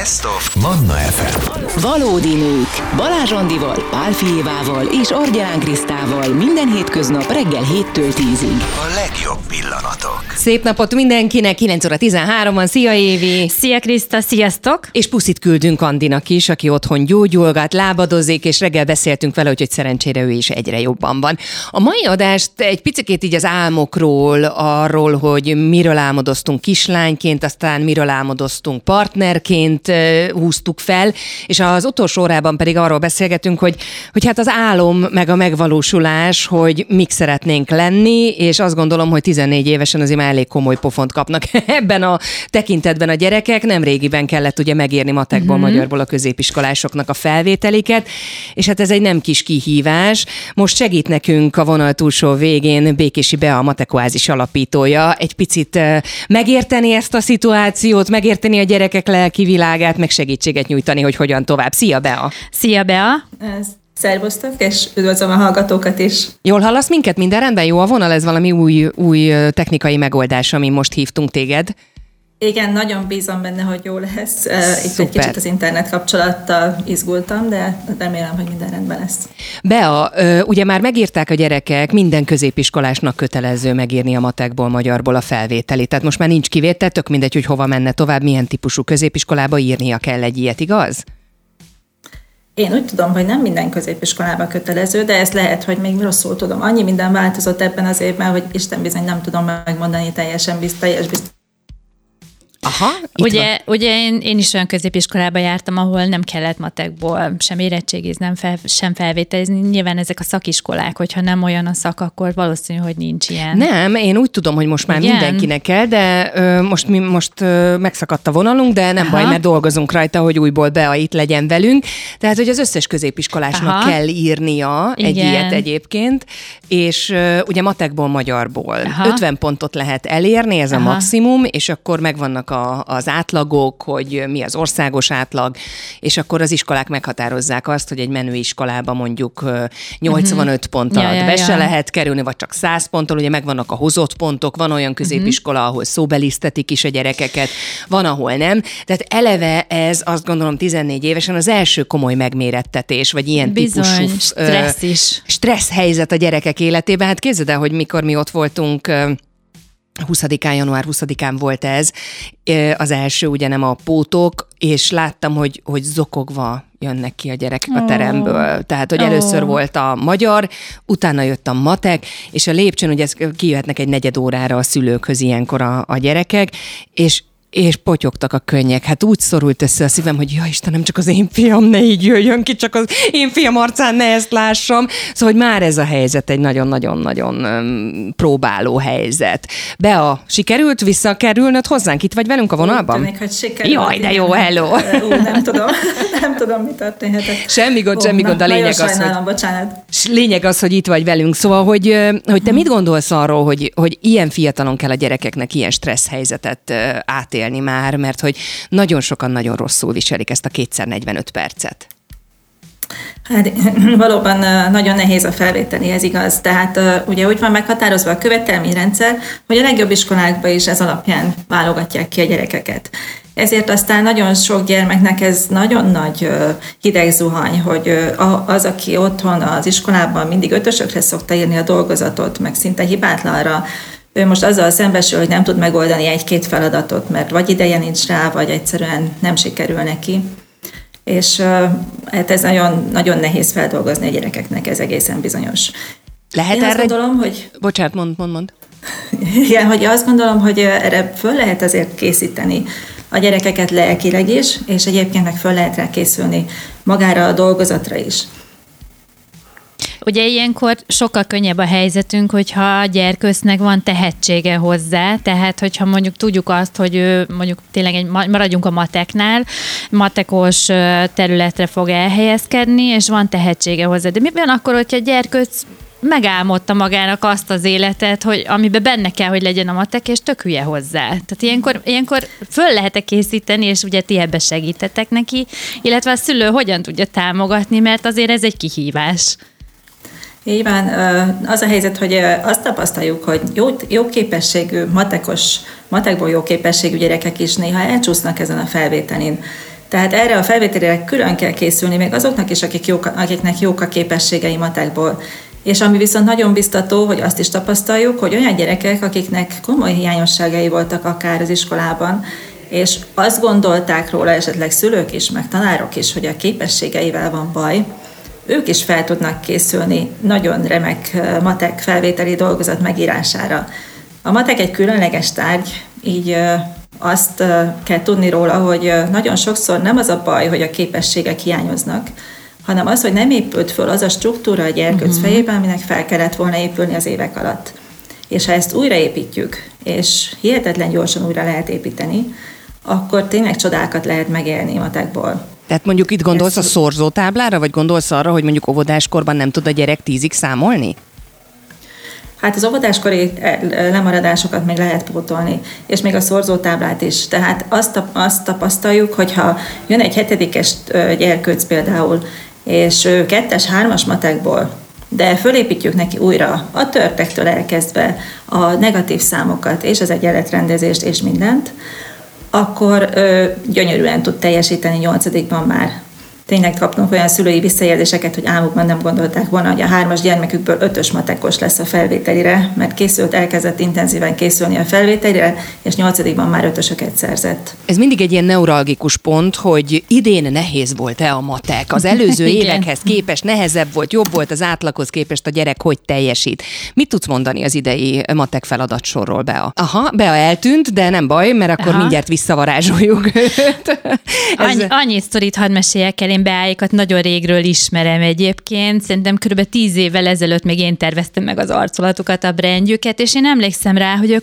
Best of Manna FM. Valódi nők. Balázs Andival, Pál Fijévával és Argyán Krisztával minden hétköznap reggel 7-től 10-ig. A legjobb pillanatok. Szép napot mindenkinek, 9 óra 13 van. Szia Évi! Szia Kriszta, sziasztok! És puszit küldünk Andinak is, aki otthon gyógyulgat, lábadozik, és reggel beszéltünk vele, hogy szerencsére ő is egyre jobban van. A mai adást egy picikét így az álmokról, arról, hogy miről álmodoztunk kislányként, aztán miről álmodoztunk partnerként húztuk fel, és az utolsó órában pedig arról beszélgetünk, hogy hát az álom meg a megvalósulás, hogy mik szeretnénk lenni, és azt gondolom, hogy 14 évesen azért már elég komoly pofont kapnak ebben a tekintetben a gyerekek. Nemrégiben kellett ugye megírni matekból, magyarból a középiskolásoknak a felvételiket, és hát ez egy nem kis kihívás. Most segít nekünk a vonal túlsó végén Békési Bea, a Matekoázis alapítója, egy picit megérteni ezt a szituációt, megérteni a gyerekek lelki világát, meg segítséget nyújtani, hogy hogyan tovább. Szia, Bea! Szia, Bea! Szervusztok, és üdvözlöm a hallgatókat is. Jól hallasz minket? Minden rendben? Jó a vonal? Ez valami új technikai megoldás, amin most hívtunk téged? Igen, nagyon bízom benne, hogy jó lesz. Itt egy kicsit az internet kapcsolattal izgultam, de remélem, hogy minden rendben lesz. Bea, ugye már megírták a gyerekek, minden középiskolásnak kötelező megírni a matekból, magyarból a felvételi. Tehát most már nincs kivétel, tök mindegy, hogy hova menne tovább, milyen típusú középiskolába írnia kell egy ilyet, igaz? Én úgy tudom, hogy nem minden középiskolában kötelező, de ez lehet, hogy még rosszul tudom. Annyi minden változott ebben az évben, hogy Isten bizony nem tudom megmondani teljes biztos. Aha, ugye én is olyan középiskolába jártam, ahol nem kellett matekból sem érettségizni, sem felvételizni. Nyilván ezek a szakiskolák, hogyha nem olyan a szak, akkor valószínű, hogy nincs ilyen. Nem, én úgy tudom, hogy most már mindenkinek kell, de most megszakadt a vonalunk, de nem baj, mert dolgozunk rajta, hogy újból Bea itt legyen velünk. Tehát, hogy az összes középiskolásnak kell írnia egy ilyet egyébként, és ugye matekból, magyarból 50 pontot lehet elérni, ez a maximum, és akkor megvannak az átlagok, hogy mi az országos átlag, és akkor az iskolák meghatározzák azt, hogy egy menő iskolába mondjuk 85 pont alatt be se lehet kerülni, vagy csak 100 ponttal, ugye megvannak a hozott pontok, van olyan középiskola, ahol szóbelisztetik is a gyerekeket, van, ahol nem. Tehát eleve ez, azt gondolom 14 évesen az első komoly megmérettetés, vagy ilyen típusú stressz helyzet a gyerekek életében. Hát képzeld el, hogy mikor mi ott voltunk, január 20-án volt ez, az első, ugye nem a pótok, és láttam, hogy zokogva jönnek ki a gyerekek a teremből. Tehát, hogy először volt a magyar, utána jött a matek, és a lépcsőn ugye kijöhetnek egy negyed órára a szülőkhöz ilyenkor a gyerekek, és potyogtak a könnyek. Hát úgy szorult össze a szívem, hogy ja Istenem, csak az én fiam ne így jöjjön ki, csak az én fiam arcán ne ezt lássam. Szóval, hogy már ez a helyzet egy nagyon-nagyon-nagyon próbáló helyzet. Bea, sikerült visszakerülnöd hozzánk? Itt vagy velünk a vonalban? Tűnik, hogy sikerült. Jaj, de jó, hello! Nem tudom, mi történhetett. Semmi gond, a lényeg az, sajnálom, bocsánat. Lényeg az, hogy itt vagy velünk. Szóval, hogy te mit gondolsz arról, hogy ilyen fiatalon kell a gyerekeknek ilyen stressz helyzetet átélni már, mert hogy nagyon sokan nagyon rosszul viselik ezt a 2x45 percet. Hát valóban nagyon nehéz a felvételi, ez igaz. Tehát ugye úgy van meghatározva a követelményrendszer, hogy a legjobb iskolákban is ez alapján válogatják ki a gyerekeket. Ezért aztán nagyon sok gyermeknek ez nagyon nagy hideg zuhany, hogy az, aki otthon az iskolában mindig 5-ösökre szokta írni a dolgozatot, meg szinte hibátlanra, ő most azzal szembesül, hogy nem tud megoldani egy-két feladatot, mert vagy ideje nincs rá, vagy egyszerűen nem sikerül neki. És hát ez nagyon, nagyon nehéz feldolgozni a gyerekeknek, ez egészen bizonyos. Lehet Én erre... azt gondolom, hogy... Bocsánat, mond. Igen, hogy azt gondolom, hogy erre föl lehet azért készíteni a gyerekeket lelkileg is, és egyébként meg föl lehet rá készülni magára a dolgozatra is. Ugye ilyenkor sokkal könnyebb a helyzetünk, hogyha a gyerkősznek van tehetsége hozzá, tehát hogyha mondjuk tudjuk azt, hogy ő mondjuk tényleg maradjunk a mateknál, matekos területre fog elhelyezkedni, és van tehetsége hozzá. De mi van akkor, hogyha a gyerkőc megálmodta magának azt az életet, hogy amiben benne kell, hogy legyen a matek, és tök hülye hozzá. Tehát ilyenkor föl lehet készíteni, és ugye ti ebbe segítetek neki, illetve a szülő hogyan tudja támogatni, mert azért ez egy kihívás. Így van, az a helyzet, hogy azt tapasztaljuk, hogy jó képességű, matekból jó képességű gyerekek is néha elcsúsznak ezen a felvételin. Tehát erre a felvételére külön kell készülni, még azoknak is, akiknek jók a képességei matekból. És ami viszont nagyon biztató, hogy azt is tapasztaljuk, hogy olyan gyerekek, akiknek komoly hiányosságai voltak akár az iskolában, és azt gondolták róla esetleg szülők is, meg tanárok is, hogy a képességeivel van baj, ők is fel tudnak készülni nagyon remek matek felvételi dolgozat megírására. A matek egy különleges tárgy, így azt kell tudni róla, hogy nagyon sokszor nem az a baj, hogy a képességek hiányoznak, hanem az, hogy nem épült föl az a struktúra a gyerkőc fejében, aminek fel kellett volna épülni az évek alatt. És ha ezt újraépítjük, és hihetetlen gyorsan újra lehet építeni, akkor tényleg csodákat lehet megélni matekból. Tehát mondjuk itt gondolsz a szorzótáblára, vagy gondolsz arra, hogy mondjuk óvodáskorban nem tud a gyerek 10-ig számolni? Hát az óvodáskori lemaradásokat még lehet pótolni, és még a szorzótáblát is. Tehát azt tapasztaljuk, hogyha jön egy 7-es gyerkőc például, és 2-es, 3-as matekból, de fölépítjük neki újra a törpektől elkezdve a negatív számokat, és az egyenletrendezést, és mindent, akkor gyönyörűen tud teljesíteni 8-ban már. Tényleg kaptunk olyan szülői visszajelzéseket, hogy álmukban nem gondolták volna, hogy a 3-as gyermekükből 5-ös matekos lesz a felvételire, mert elkezdett intenzíven készülni a felvételire, és 8-ban már 5-ösöket szerzett. Ez mindig egy ilyen neuralgikus pont, hogy idén nehéz volt-e a matek. Az előző évekhez képest nehezebb volt, jobb volt az átlaghoz képest, a gyerek hogy teljesít. Mit tudsz mondani az idei matek feladatsorról, Bea? Bea eltűnt, de nem baj, mert akkor mindjárt visszavarázsoljuk őt. Annyi sztorit hadd meséljek el, én Beáikat nagyon régről ismerem egyébként. Szerintem kb. 10 évvel ezelőtt még én terveztem meg az arculatukat, a brandjüket, és én emlékszem rá, hogy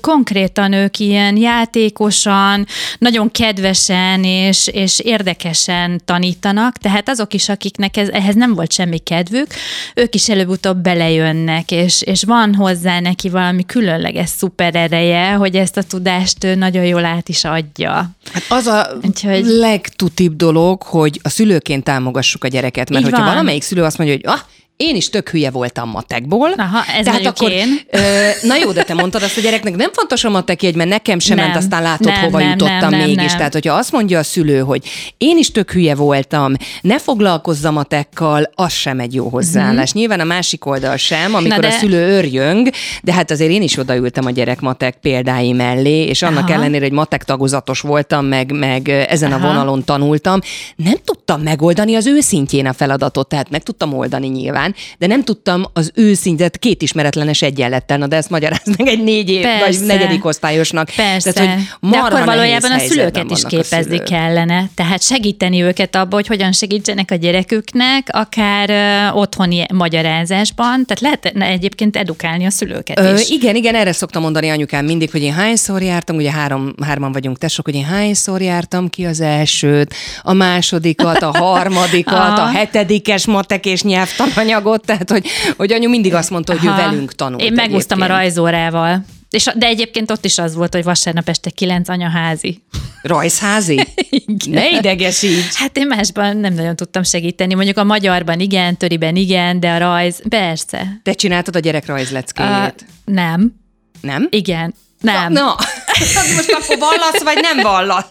ők ilyen játékosan, nagyon kedvesen és érdekesen tanítanak, tehát azok is, akiknek ehhez nem volt semmi kedvük, ők is előbb-utóbb belejönnek, és van hozzá neki valami különleges szuper ereje, hogy ezt a tudást nagyon jól át is adja. Hát az a legtutibb dolog, hogy a szülőként támogassuk a gyereket, mert hogyha valamelyik szülő azt mondja, hogy én is tök hülye voltam matekból. Ez tehát akkor én. Na jó, de te mondtad azt, a gyereknek nem fontos a matekjegy, mert nekem sem ment, aztán látod, hova jutottam mégis. Tehát, hogyha azt mondja a szülő, hogy én is tök hülye voltam, ne foglalkozzam matekkal, az sem egy jó hozzáállás. Nyilván a másik oldal sem, amikor a szülő örjöng, de hát azért én is odaültem a gyerek matek példái mellé, és annak ellenére, hogy matek tagozatos voltam, meg ezen a vonalon tanultam, nem tudtam megoldani az ő szintjén a feladatot, tehát meg tudtam oldani nyilván, de nem tudtam az ő szintet 2 ismeretlenes egyenlettel, de ezt magyarázd meg egy 4 év vagy 4. osztályosnak. Persze, tehát, hogy de akkor valójában a szülőket is képezni kellene. Tehát segíteni őket abba, hogy hogyan segítsenek a gyereküknek, akár otthoni magyarázásban, tehát lehetne egyébként edukálni a szülőket is. Igen, erre szoktam mondani anyukám mindig, hogy én hányszor jártam, ugye hárman vagyunk tesók, hogy én hányszor jártam ki az elsőt, a másodikat, a harmadikat, a 7. matek és nyelvtananyagot, tehát hogy anyu mindig azt mondta, hogy ő velünk tanult. Én megúsztam a rajzórával. De egyébként ott is az volt, hogy vasárnap este 9 anyaházi. Rajzházi? Ne idegesíts! Hát én másban nem nagyon tudtam segíteni. Mondjuk a magyarban igen, töriben igen, de a rajz, persze. Te csináltad a gyerek rajzleckéjét? Nem. Nem? Igen. Nem. Na, most akkor vallasz, vagy nem vallasz?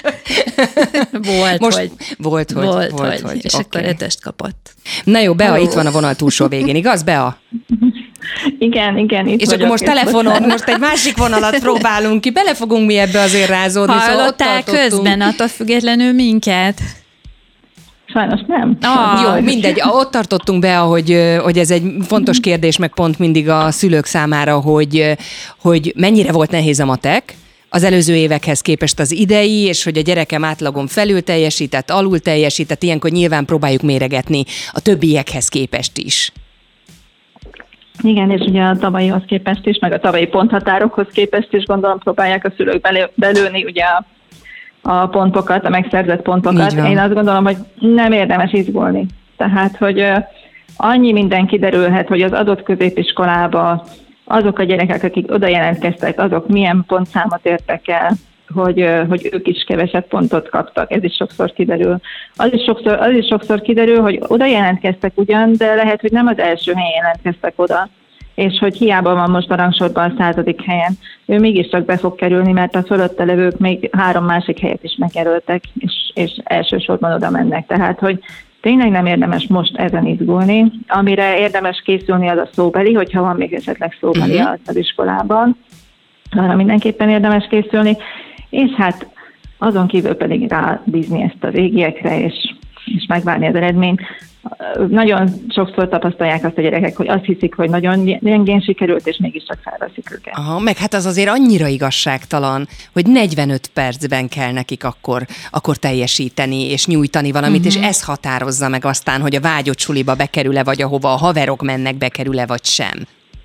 Volt, hogy. És akkor 5-öst kapott. Na jó, Bea, itt van a vonal túlsó végén, igaz, Bea? Igen, itt és vagyok, akkor most telefonon, most egy másik vonalat próbálunk ki, bele fogunk mi ebbe azért rázódni. Hallottál közben attól függetlenül minket? Sajnos nem. Jó, mindegy. Ott tartottunk be, hogy ez egy fontos kérdés, meg pont mindig a szülők számára, hogy mennyire volt nehéz a matek az előző évekhez képest az idei, és hogy a gyerekem átlagon felül teljesített, alul teljesített, ilyenkor nyilván próbáljuk méregetni a többiekhez képest is. Igen, és ugye a tavalyihoz képest is, meg a tavalyi ponthatárokhoz képest is gondolom próbálják a szülők belőni ugye a pontokat, a megszerzett pontokat. Én azt gondolom, hogy nem érdemes izgulni. Tehát, hogy annyi minden kiderülhet, hogy az adott középiskolába azok a gyerekek, akik oda jelentkeztek, azok milyen pontszámot értek el, hogy ők is kevesebb pontot kaptak. Ez is sokszor kiderül. Az is sokszor kiderül, hogy oda jelentkeztek ugyan, de lehet, hogy nem az első helyen jelentkeztek oda. és hogy hiába van most a rangsorban a 100. helyen, ő mégiscsak be fog kerülni, mert a fölötte levők még 3 másik helyet is megjelöltek, és elsősorban oda mennek. Tehát, hogy tényleg nem érdemes most ezen izgulni. Amire érdemes készülni, az a szóbeli, hogyha van még esetleg szóbeli az iskolában, arra mindenképpen érdemes készülni, és hát azon kívül pedig rábízni ezt a régiekre, és megvárni az eredményt. Nagyon sokszor tapasztalják azt a gyerekek, hogy azt hiszik, hogy nagyon gyengén sikerült, és mégiscsak felveszik őket. Aha, meg hát az azért annyira igazságtalan, hogy 45 percben kell nekik akkor teljesíteni, és nyújtani valamit, és ez határozza meg aztán, hogy a vágyott suliba bekerül-e, vagy ahova a haverok mennek, bekerül-e, vagy sem.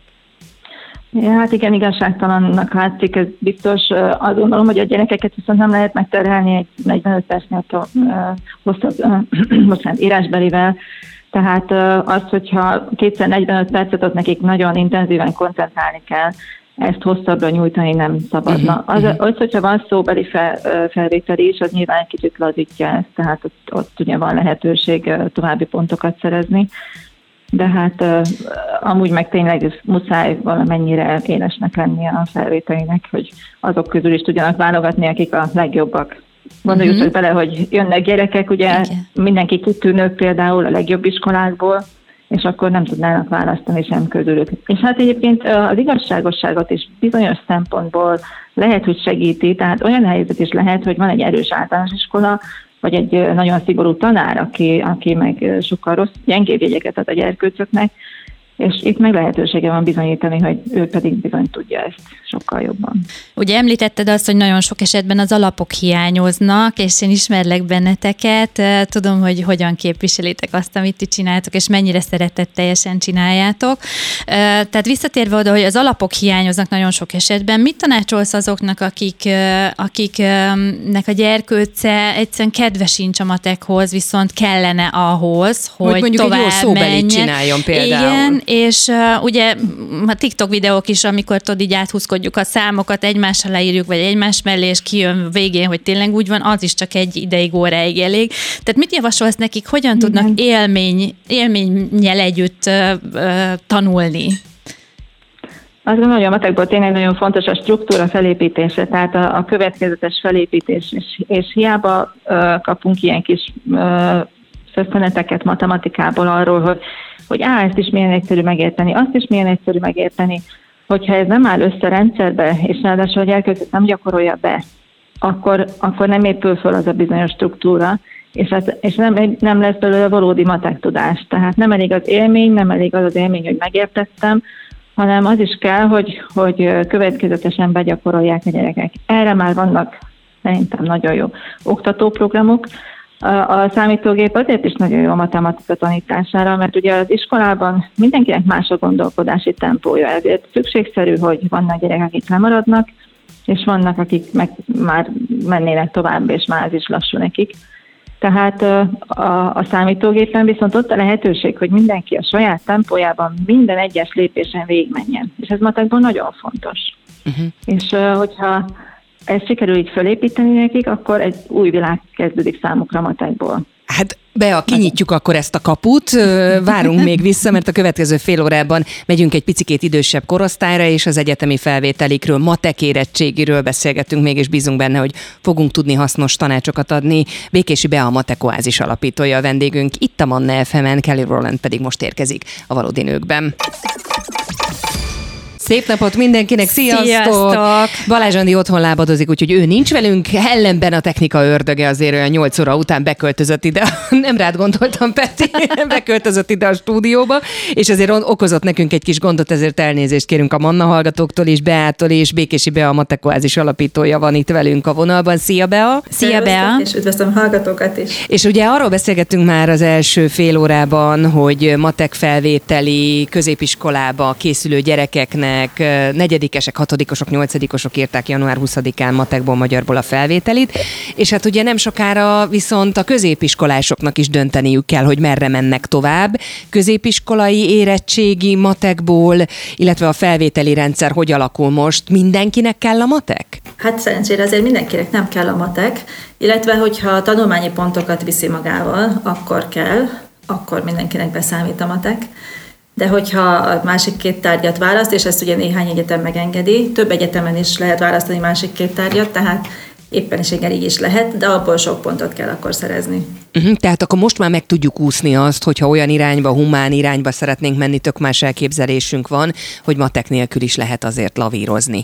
Ja, hát igen, igazságtalannak látszik, ez biztos. Azt gondolom, hogy a gyerekeket viszont nem lehet megterhelni egy 45 percnél hosszabb írásbelivel. Tehát az, hogyha 245 percet ott nekik nagyon intenzíven koncentrálni kell, ezt hosszabbra nyújtani nem szabadna. Az, hogyha van szóbeli felvételi is, az nyilván egy kicsit lazítja ezt, tehát ott ugye van lehetőség további pontokat szerezni. De hát amúgy meg tényleg muszáj valamennyire élesnek lennie a felvételének, hogy azok közül is tudjanak válogatni, akik a legjobbak. Gondoljuk csak bele, hogy jönnek gyerekek, ugye mindenki kitűnők például a legjobb iskolákból, és akkor nem tudnának választani sem közülük. És hát egyébként az igazságosságot is bizonyos szempontból lehet, hogy segíti, tehát olyan helyzet is lehet, hogy van egy erős általános iskola, vagy egy nagyon szigorú tanár, aki meg sokkal gyengébb jegyeket ad a gyerkőcöknek, és itt meg lehetősége van bizonyítani, hogy ő pedig bizony tudja ezt sokkal jobban. Ugye említetted azt, hogy nagyon sok esetben az alapok hiányoznak, és én ismerlek benneteket, tudom, hogy hogyan képviselitek azt, amit ti csináltok, és mennyire szeretetteljesen csináljátok. Tehát visszatérve oda, hogy az alapok hiányoznak nagyon sok esetben, mit tanácsolsz azoknak, akiknek a gyerkőce egyszerűen kedve sincs a matekhoz, viszont kellene ahhoz, hogy mondjuk tovább egy jó szóbelit menjen. csináljon például. Igen, és ugye a TikTok videók is, amikor tudod, így áthúzkodjuk a számokat, egymásra leírjuk, vagy egymás mellé, és kijön végén, hogy tényleg úgy van, az is csak egy ideig, óráig elég. Tehát mit javasolsz nekik, hogyan tudnak élménnyel együtt tanulni? Azt gondolom, hogy a matekból tényleg nagyon fontos a struktúra felépítése, tehát a következetes felépítés, és hiába kapunk ilyen kis szösszeneteket matematikából arról, hogy ezt is milyen egyszerű megérteni, azt is milyen egyszerű megérteni, hogyha ez nem áll össze rendszerbe, és ráadásul a gyerkőcöt nem gyakorolja be, akkor nem épül föl az a bizonyos struktúra, és nem lesz belőle valódi matek tudás. Tehát nem elég az élmény, nem elég az élmény, hogy megértettem, hanem az is kell, hogy következetesen begyakorolják a gyerekek. Erre már vannak szerintem nagyon jó oktatóprogramok. A számítógép azért is nagyon jó a matematika tanítására, mert ugye az iskolában mindenkinek más a gondolkodási tempója, ezért szükségszerű, hogy vannak gyerekek, akik lemaradnak, és vannak, akik meg már mennének tovább, és már ez is lassú nekik. Tehát a számítógépen viszont ott a lehetőség, hogy mindenki a saját tempójában minden egyes lépésen végigmenjen. És ez matekból nagyon fontos. És hogyha ezt sikerül így fölépíteni nekik, akkor egy új világ kezdődik számukra matekból. Hát Bea, kinyitjuk akkor ezt a kaput, várunk még vissza, mert a következő fél órában megyünk egy picikét idősebb korosztályra, és az egyetemi felvételikről, matek érettségiről beszélgetünk még, és bízunk benne, hogy fogunk tudni hasznos tanácsokat adni. Békési Bea, a Matek Oázis alapítója a vendégünk, itt a Manna FM-en, Kelly Rowland pedig most érkezik a Valódi Nőkben. Szép napot mindenkinek, sziasztok! Balázs Andi otthon lábadozik, úgyhogy ő nincs velünk, ellenben a technika ördöge azért olyan 8 óra után beköltözött ide, nem rád gondoltam, Peti, beköltözött ide a stúdióba, és azért okozott nekünk egy kis gondot, ezért elnézést kérünk a Manna hallgatóktól is, Beától és Békési Bea, a Matek Oázis alapítója van itt velünk a vonalban. Szia, Bea! Szia, Bea! És üdvözlöm hallgatókat is! És ugye arról beszélgettünk már az első fél órában, hogy matek felvételi középiskolába készülő gyerekeknek, negyedikesek, hatodikosok, nyolcadikosok írták január 20-án matekból, magyarból a felvételit, és hát ugye nem sokára viszont a középiskolásoknak is dönteniük kell, hogy merre mennek tovább. Középiskolai érettségi matekból, illetve a felvételi rendszer hogy alakul most? Mindenkinek kell a matek? Hát szerencsére azért mindenkinek nem kell a matek, illetve hogyha tanulmányi pontokat viszi magával, akkor kell, akkor mindenkinek beszámít a matek. de hogyha a másik 2 tárgyat választ, és ezt ugye néhány egyetem megengedi, több egyetemen is lehet választani másik 2 tárgyat, tehát éppenséggel így is lehet, de abból sok pontot kell akkor szerezni. Tehát akkor most már meg tudjuk úszni azt, hogyha olyan irányba, humán irányba szeretnénk menni, tök más elképzelésünk van, hogy matek nélkül is lehet azért lavírozni.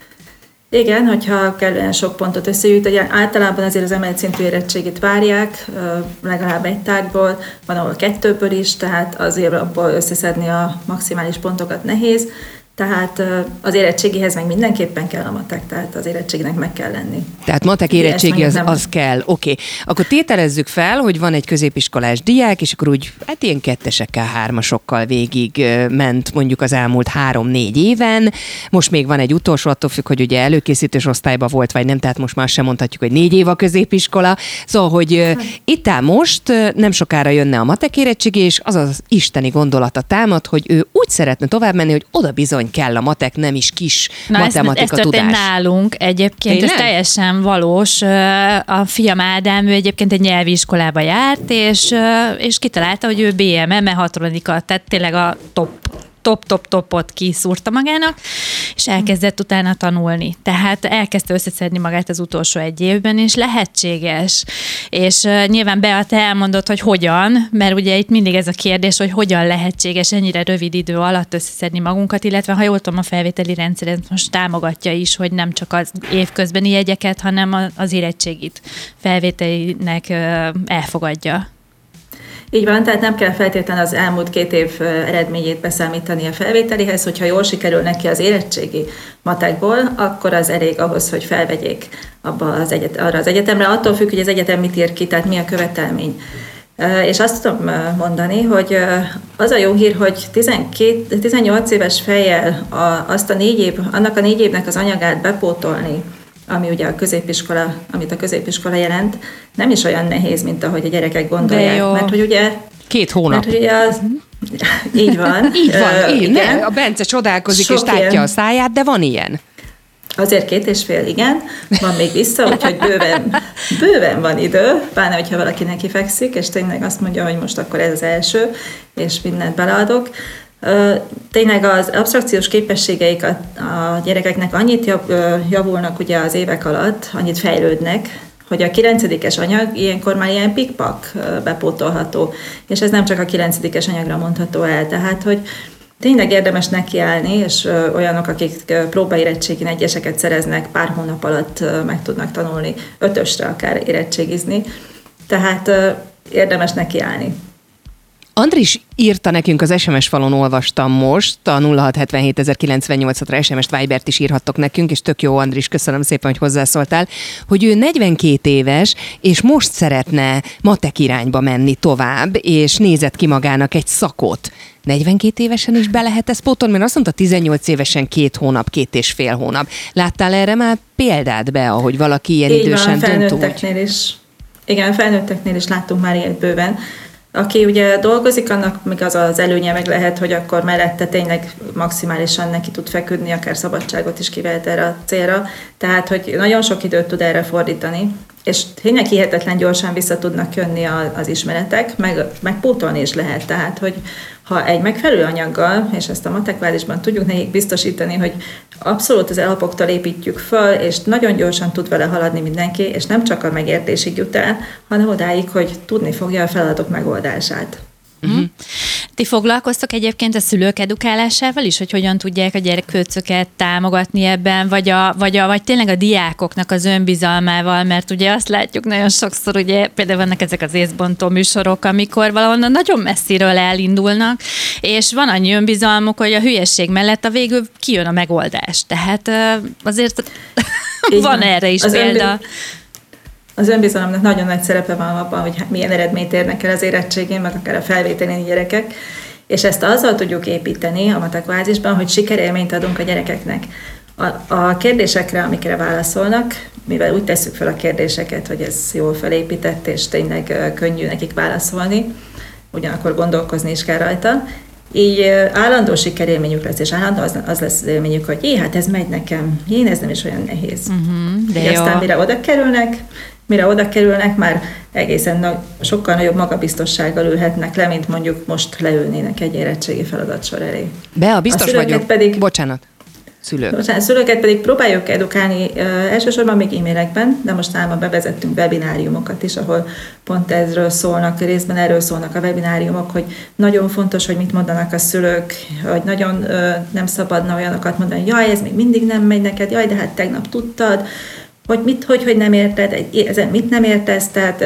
Igen, hogyha kellően sok pontot összegyűjt, ugye általában azért az emelt szintű érettségit várják, legalább 1 tárgyból, van ahol 2-ből is, tehát azért abból összeszedni a maximális pontokat nehéz, tehát az érettségihez meg mindenképpen kell a matek, tehát az érettségnek meg kell lenni. Tehát matek érettségi az kell, oké. Akkor tételezzük fel, hogy van egy középiskolás diák, és akkor úgy, hát ilyen 2-esekkel, 3-asokkal végig ment mondjuk az elmúlt 3-4 éven. Most még van egy utolsó, attól függ, hogy ugye előkészítős osztályban volt, vagy nem, tehát most már sem mondhatjuk, hogy 4 év a középiskola. Szóval, hogy itt áll most, nem sokára jönne a matek érettségi, és az az isteni gondolata támad, hogy ő úgy szeretne tovább menni, hogy oda bizony kell a matek, nem is kis matematika ez tudás. nálunk egyébként, Tényleg? ez teljesen valós. A fiam Ádám, ő egyébként egy nyelvi iskolába járt, és kitalálta, hogy ő BME hatodika, tehát tényleg a top-top-topot kiszúrta magának, és elkezdett utána tanulni. Tehát elkezdte összeszedni magát az utolsó 1 évben, és lehetséges. És nyilván Bea, te elmondod, hogy hogyan, mert ugye itt mindig ez a kérdés, hogy hogyan lehetséges ennyire rövid idő alatt összeszedni magunkat, illetve ha jól tudom, a felvételi rendszeret most támogatja is, hogy nem csak az évközbeni jegyeket, hanem az érettségit felvételinek elfogadja. Így van, tehát nem kell feltétlenül az elmúlt 2 év eredményét beszámítani a felvételihez, hogyha jól sikerül neki az érettségi matekból, akkor az elég ahhoz, hogy felvegyék arra az egyetemre. Attól függ, hogy az egyetem mit ír ki, tehát mi a követelmény. És azt tudom mondani, hogy az a jó hír, hogy 18 éves fejjel annak a 4 évnek az anyagát bepótolni, ami ugye amit a középiskola jelent, nem is olyan nehéz, mint ahogy a gyerekek gondolják. Mert hogy ugye 2 hónap. Mert ugye így van. Így van, igen. A Bence csodálkozik és tátja a száját, de van ilyen. Azért 2,5, igen, van még vissza, úgyhogy bőven van idő, pláne, hogyha valaki neki fekszik, és tényleg azt mondja, hogy most akkor ez az első, és mindent beleadok. Tényleg az absztrakciós képességeik a gyerekeknek annyit javulnak ugye az évek alatt, annyit fejlődnek, hogy a 9-es anyag ilyenkor már ilyen pikpak bepótolható, és ez nem csak a 9-es anyagra mondható el, tehát hogy tényleg érdemes nekiállni, és olyanok, akik próbaérettségin 1-eseket szereznek, pár hónap alatt meg tudnak tanulni, 5-ösre akár érettségizni, tehát érdemes nekiállni. Andris írta nekünk az SMS falon, olvastam most, a 0677 SMS-t, Vibert is írhattok nekünk, és tök jó, Andris, köszönöm szépen, hogy hozzászóltál, hogy ő 42 éves, és most szeretne matek irányba menni tovább, és nézett ki magának egy szakot. 42 évesen is be lehet ezt pótolni, mert azt mondta 18 évesen 2 hónap, 2,5 hónap. Láttál erre már példát, be, ahogy valaki ilyen így idősen van, felnőtteknél is. Igen, felnőtteknél is láttunk már ilyet bőven. Aki ugye dolgozik, annak még az előnye meg lehet, hogy akkor mellette tényleg maximálisan neki tud feküdni, akár szabadságot is kivehet erre a célra. Tehát, hogy nagyon sok időt tud erre fordítani, és tényleg hihetetlen gyorsan vissza tudnak jönni az ismeretek, meg pótolni is lehet. Tehát, hogy ha egy megfelelő anyaggal, és ezt a matekvázisban tudjuk nekik biztosítani, hogy abszolút az alapoktól építjük föl, és nagyon gyorsan tud vele haladni mindenki, és nem csak a megértésig jut el, hanem odáig, hogy tudni fogja a feladatok megoldását. Uh-huh. Ti foglalkoztok egyébként a szülők edukálásával is, hogy hogyan tudják a gyerekőcöket támogatni ebben, vagy tényleg a diákoknak az önbizalmával, mert ugye azt látjuk nagyon sokszor, ugye például vannak ezek az észbontó műsorok, amikor valahonnan nagyon messziről elindulnak, és van annyi önbizalmuk, hogy a hülyesség mellett a végül kijön a megoldás. Tehát azért van erre is példa. Az önbizalomnak nagyon nagy szerepe van abban, hogy milyen eredményt érnek el az érettségén, meg akár a felvételén gyerekek, és ezt azzal tudjuk építeni a matekvázisban, hogy sikerélményt adunk a gyerekeknek. A kérdésekre, amikre válaszolnak, mivel úgy tesszük fel a kérdéseket, hogy ez jól felépített, és tényleg könnyű nekik válaszolni, ugyanakkor gondolkozni is kell rajta, így állandó sikerélményük lesz, és állandó az lesz az élményük, hogy hát ez megy nekem, ez nem is olyan nehéz. De aztán mire oda kerülnek, mire oda kerülnek, már egészen sokkal nagyobb magabiztossággal ülhetnek le, mint mondjuk most leülnének egy érettségi feladatsor elé. Bea, biztos vagyok. Bocsánat. Szülőket pedig próbáljuk edukálni elsősorban még e-mailekben, de most álma bevezettünk webináriumokat is, ahol pont erről szólnak, részben erről szólnak a webináriumok, hogy nagyon fontos, hogy mit mondanak a szülők, hogy nagyon nem szabadna olyanokat mondani, jaj, ez még mindig nem megy neked, jaj, de hát tegnap tudtad, hogy nem érted, ezen mit nem értesz, tehát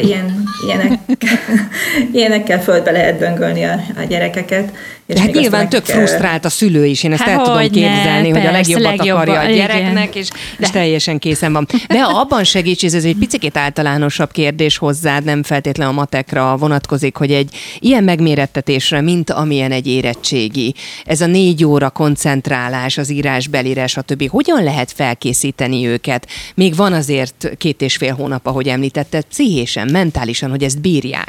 ilyenekkel földbe lehet döngölni a gyerekeket. És hát nyilván tök frusztrált a szülő is, én ezt el tudom képzelni, hogy a legjobbat akarja a gyereknek, és teljesen készen van. De abban segíts, ez egy picit általánosabb kérdés hozzád, nem feltétlenül a matekra vonatkozik, hogy egy ilyen megmérettetésre, mint amilyen egy érettségi, ez a 4 óra koncentrálás, az írás, belírás, stb. Hogyan lehet felkészíteni őket? Még van azért 2,5 hónap, ahogy említetted, pszichésen, mentálisan, hogy ezt bírják.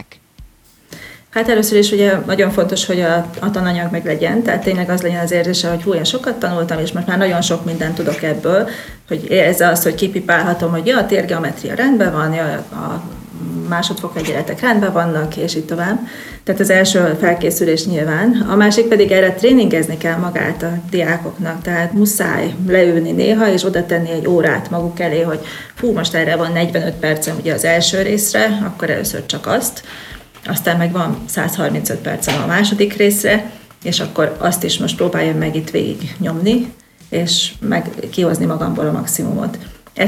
Hát először is ugye nagyon fontos, hogy a tananyag meg legyen, tehát tényleg az legyen az érzése, hogy én sokat tanultam, és most már nagyon sok mindent tudok ebből, hogy érezze azt, hogy kipipálhatom, hogy a térgeometria rendben van, a másodfokú egyenletek rendben vannak, és így tovább. Tehát az első felkészülés nyilván. A másik pedig erre tréningezni kell magát a diákoknak, tehát muszáj leülni néha, és oda tenni egy órát maguk elé, hogy most erre van 45 percem ugye az első részre, akkor először csak azt, aztán meg van 135 percem a második részre, és akkor azt is most próbáljam meg itt végig nyomni, és meg kihozni magamból a maximumot.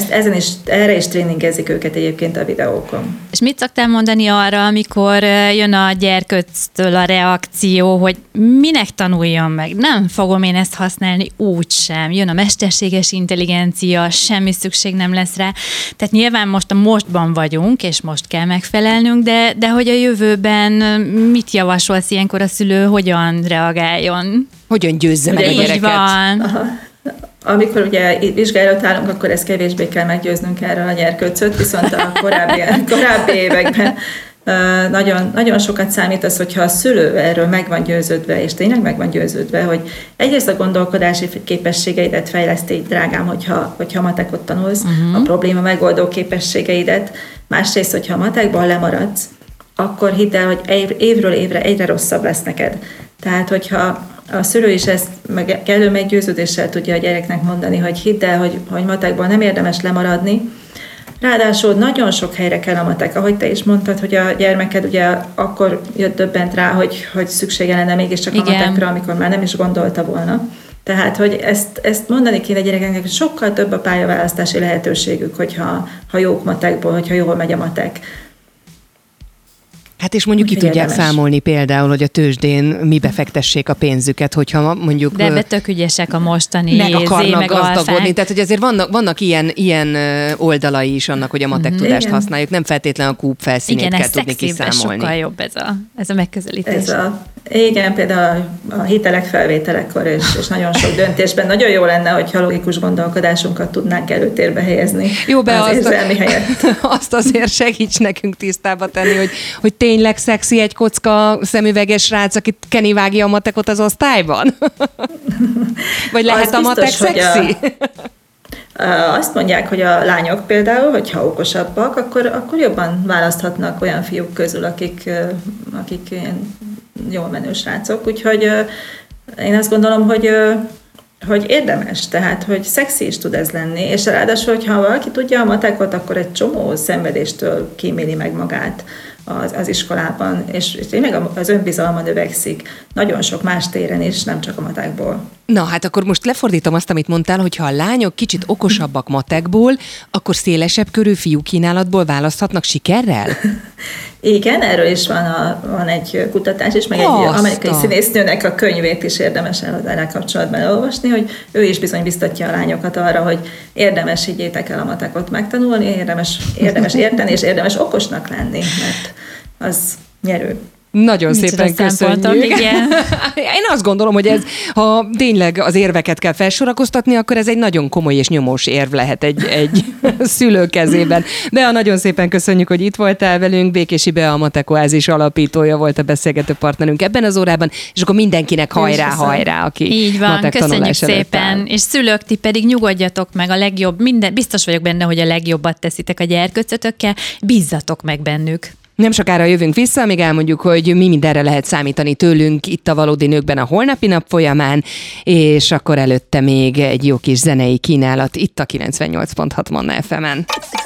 Erre is tréningezik őket egyébként a videókon. És mit szoktál mondani arra, amikor jön a gyerkőctől a reakció, hogy minek tanuljon meg? Nem fogom én ezt használni úgysem. Jön a mesterséges intelligencia, semmi szükség nem lesz rá. Tehát nyilván most a mostban vagyunk, és most kell megfelelnünk, de hogy a jövőben mit javasolsz ilyenkor a szülő, hogyan reagáljon? Hogyan győzze meg a gyereket? Így van. Aha. Amikor ugye vizsgálat állunk, akkor ezt kevésbé kell meggyőznünk erről a gyerkőcöt, viszont a korábbi években nagyon, nagyon sokat számít az, hogyha a szülő erről meg van győződve, és tényleg meg van győződve, hogy egyrészt a gondolkodási képességeidet fejleszti, drágám, hogyha matekot tanulsz, a probléma megoldó képességeidet, másrészt, hogyha a matekban lemaradsz, akkor hidd el, hogy évről évre egyre rosszabb lesz neked. Tehát, hogyha a szülő is ezt kellő meggyőződéssel tudja a gyereknek mondani, hogy hidd el, hogy matekból nem érdemes lemaradni. Ráadásul nagyon sok helyre kell a matek. Ahogy te is mondtad, hogy a gyermeked ugye akkor jött döbbent rá, hogy szüksége lenne mégiscsak a matekra, amikor már nem is gondolta volna. Tehát, hogy ezt mondani kéne a gyerekeknek, hogy sokkal több a pályaválasztási lehetőségük, hogyha jók matekból, hogyha jól megy a matek. Hát és mondjuk ki tudják számolni például, hogy a tőzsdén mibe fektessék a pénzüket, hogyha mondjuk... De ebbe tök ügyesek a mostani meg akarnak gazdagodni. Tehát, hogy azért vannak ilyen oldalai is annak, hogy a matek tudást használjuk. Nem feltétlenül a kúp felszínét kell tudni kiszámolni. Sokkal jobb ez a megközelítés. Igen, például a hitelek felvételekkor és nagyon sok döntésben nagyon jó lenne, hogyha logikus gondolkodásunkat tudnánk előtérbe helyezni. Jó, be az érzelmi helyett. Azt azért segíts nekünk tisztába tenni, hogy tényleg szexi egy kocka szemüveges srác, akit Kenny vágja a matekot az osztályban? Vagy lehet a matek szexi? Azt mondják, hogy a lányok például, hogyha okosabbak, akkor jobban választhatnak olyan fiúk közül, akik ilyen jól menő srácok. Úgyhogy én azt gondolom, hogy érdemes, tehát, hogy szexi is tud ez lenni, és ráadásul, hogyha valaki tudja a matekot, akkor egy csomó szenvedéstől kíméli meg magát az iskolában, és tényleg az önbizalma növekszik nagyon sok más téren is, nem csak a matekból. Na, hát akkor most lefordítom azt, amit mondtál, hogy ha a lányok kicsit okosabbak matekból, akkor szélesebb körű fiúkínálatból választhatnak sikerrel? Igen, erről is van egy kutatás, és meg egy amerikai színésznőnek a könyvét is érdemes ezzel kapcsolatban elolvasni, hogy ő is bizony biztatja a lányokat arra, hogy érdemes higgyétek el a matekot megtanulni, érdemes érteni, és érdemes okosnak lenni, mert az nyerő. Nagyon szépen köszönjük. Igen. Én azt gondolom, hogy ez, ha tényleg az érveket kell felsorakoztatni, akkor ez egy nagyon komoly és nyomós érv lehet egy szülő kezében. Bea, nagyon szépen köszönjük, hogy itt voltál velünk. Békési Bea, a Mateko Oázis alapítója volt a beszélgető partnerünk ebben az órában, és akkor mindenkinek hajrá, aki így van, matek köszönjük szépen. És szülők, ti pedig nyugodjatok meg a legjobb, biztos vagyok benne, hogy a legjobbat teszitek a gyerkőcötökkel, bízzatok meg bennük. Nem sokára jövünk vissza, még elmondjuk, hogy mi mindenre lehet számítani tőlünk itt a Valódi Nőkben a holnapi nap folyamán, és akkor előtte még egy jó kis zenei kínálat itt a 98.6 Manna FM-en.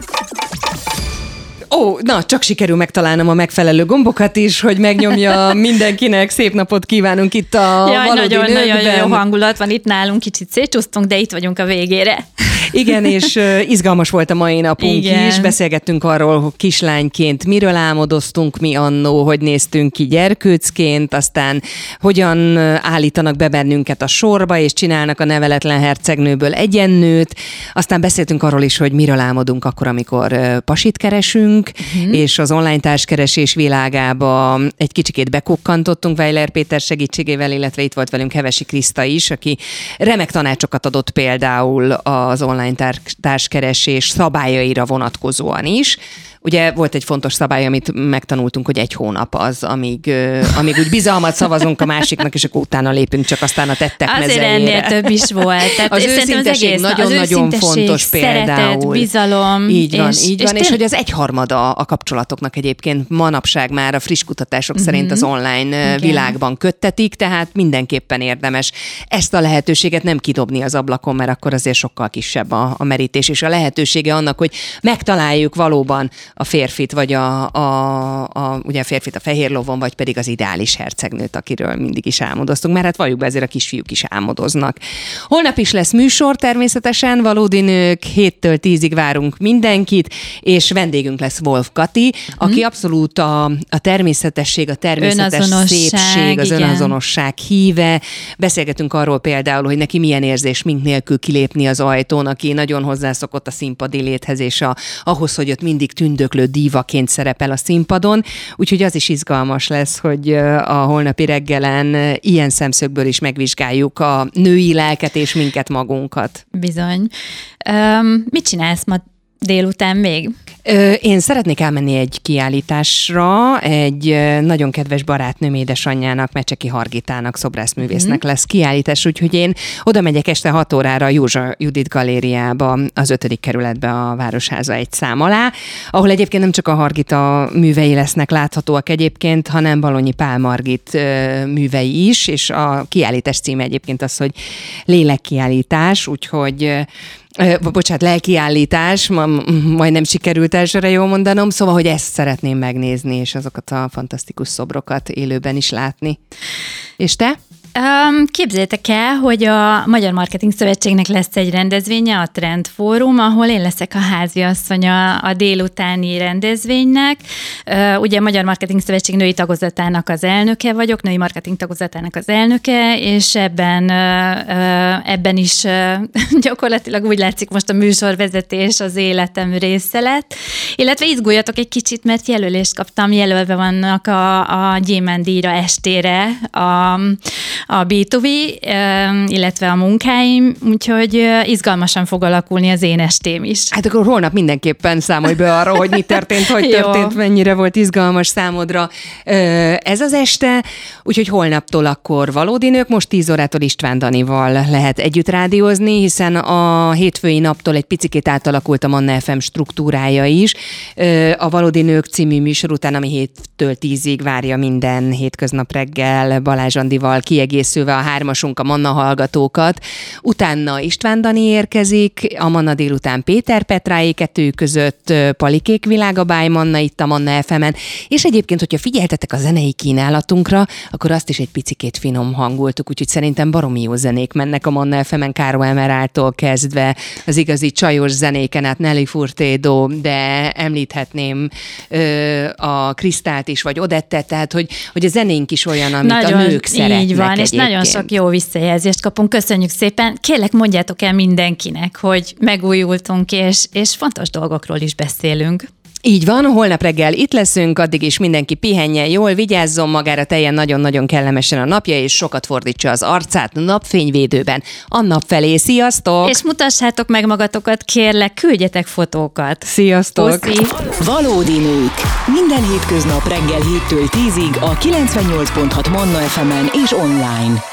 Na, csak sikerül megtalálnom a megfelelő gombokat is, hogy megnyomja mindenkinek. Szép napot kívánunk itt a Valódi Nőkben. Nagyon jó hangulat van itt nálunk, kicsit szétcsúsztunk, de itt vagyunk a végére. Igen, és izgalmas volt a mai napunk is. Beszélgettünk arról, hogy kislányként miről álmodoztunk mi annó, hogy néztünk ki gyerkőcként, aztán hogyan állítanak be bennünket a sorba, és csinálnak a neveletlen hercegnőből egyennőt. Aztán beszéltünk arról is, hogy miről álmodunk akkor, amikor pasit keresünk, és az online társkeresés világába egy kicsikét bekokkantottunk Weiler Péter segítségével, illetve itt volt velünk Hevesi Kriszta is, aki remek tanácsokat adott például az online társkeresés szabályaira vonatkozóan is. Ugye volt egy fontos szabály, amit megtanultunk, hogy 1 hónap az, amíg úgy bizalmat szavazunk a másiknak, és akkor utána lépünk csak aztán a tettek mezeire. Azért ennél több is volt. Tehát az őszintesség nagyon-nagyon fontos például. Szeretet, bizalom. Így van, és hogy az 1/3 a kapcsolatoknak egyébként manapság már a friss kutatások szerint az online világban köttetik, tehát mindenképpen érdemes ezt a lehetőséget nem kidobni az ablakon, mert akkor azért sokkal kisebb a merítés, és a lehetősége annak, hogy megtaláljuk valóban a férfit, vagy ugye a férfit a fehér lovon, vagy pedig az ideális hercegnőt, akiről mindig is álmodoztunk, mert hát valljuk be, ezért a kisfiúk is álmodoznak. Holnap is lesz műsor természetesen, Valódi Nők, 7-től 10-ig várunk mindenkit, és vendégünk lesz Wolf Kati, aki abszolút a természetesség, a természetes szépség, az önazonosság híve. Beszélgetünk arról például, hogy neki milyen érzés mink nélkül kilépni az ajtón, aki nagyon hozzászokott a színpadi léthez, és ahhoz, hogy ott mindig tündöklő dívaként szerepel a színpadon, úgyhogy az is izgalmas lesz, hogy a holnapi reggelen ilyen szemszögből is megvizsgáljuk a női lelket és minket magunkat. Bizony. Mit csinálsz ma délután még? Én szeretnék elmenni egy kiállításra, egy nagyon kedves barátnőm édesanyjának, Mecseki Hargitának, szobrászművésznek lesz kiállítás, úgyhogy én oda megyek este 6 órára a Józsa Judit galériába, az 5. kerületbe a Városháza 1 szám alá, ahol egyébként nem csak a Hargita művei lesznek láthatóak egyébként, hanem Balonyi Pál Margit művei is, és a kiállítás címe egyébként az, hogy lélekkiállítás, úgyhogy lelkiállítás, majdnem sikerült elsőre jól mondanom, szóval, hogy ezt szeretném megnézni, és azokat a fantasztikus szobrokat élőben is látni. És te? Képzeljétek el, hogy a Magyar Marketing Szövetségnek lesz egy rendezvénye, a Trend Fórum, ahol én leszek a háziasszonya a délutáni rendezvénynek. Ugye a Magyar Marketing Szövetség női tagozatának az elnöke vagyok, női marketing tagozatának az elnöke, és ebben is gyakorlatilag úgy látszik most a műsorvezetés az életem része lett. Illetve izguljatok egy kicsit, mert jelölést kaptam, jelölve vannak a Gyémánt-díjra estére a B2B, illetve a munkáim, úgyhogy izgalmasan fog alakulni az én estém is. Hát akkor holnap mindenképpen számolj be arra, hogy mi történt, hogy történt, mennyire volt izgalmas számodra ez az este, úgyhogy holnaptól akkor Valódi Nők, most 10 órától István Danival lehet együtt rádiózni, hiszen a hétfői naptól egy picikét átalakult a Manna FM struktúrája is. A Valódi Nők című műsor után, ami 7-től 10-ig várja minden hétköznap reggel Balázs Andival kiegészülve a hármasunk a Manna hallgatókat. Utána István Dani érkezik, a Manna délután Péter Petrái, kettőjük között Palikék világa by Manna itt a Manna FM-en. És egyébként, hogyha figyeltetek a zenei kínálatunkra, akkor azt is egy picikét finom hangoltuk, úgyhogy szerintem baromi jó zenék mennek a Manna FM-en, Caro Emeraldtól kezdve az igazi csajos zenéken át Nelly Furtado, de említhetném a Krisztált is, vagy Odettet, tehát hogy a zenénk is olyan, amit nagyon, a nők szeretnek. Így van, és egyébként. nagyon sok jó visszajelzést kapunk. Köszönjük szépen. Kérlek, mondjátok el mindenkinek, hogy megújultunk, és fontos dolgokról is beszélünk. Így van, holnap reggel itt leszünk, addig is mindenki pihenjen jól, vigyázzon magára, teljen nagyon-nagyon kellemesen a napja, és sokat fordítsa az arcát napfényvédőben a nap felé. Sziasztok! És mutassátok meg magatokat, kérlek, küldjetek fotókat. Sziasztok! Puszi. Valódi nők. Minden hétköznap reggel 7-től 10-ig a 98.6 Manna FM-en és online.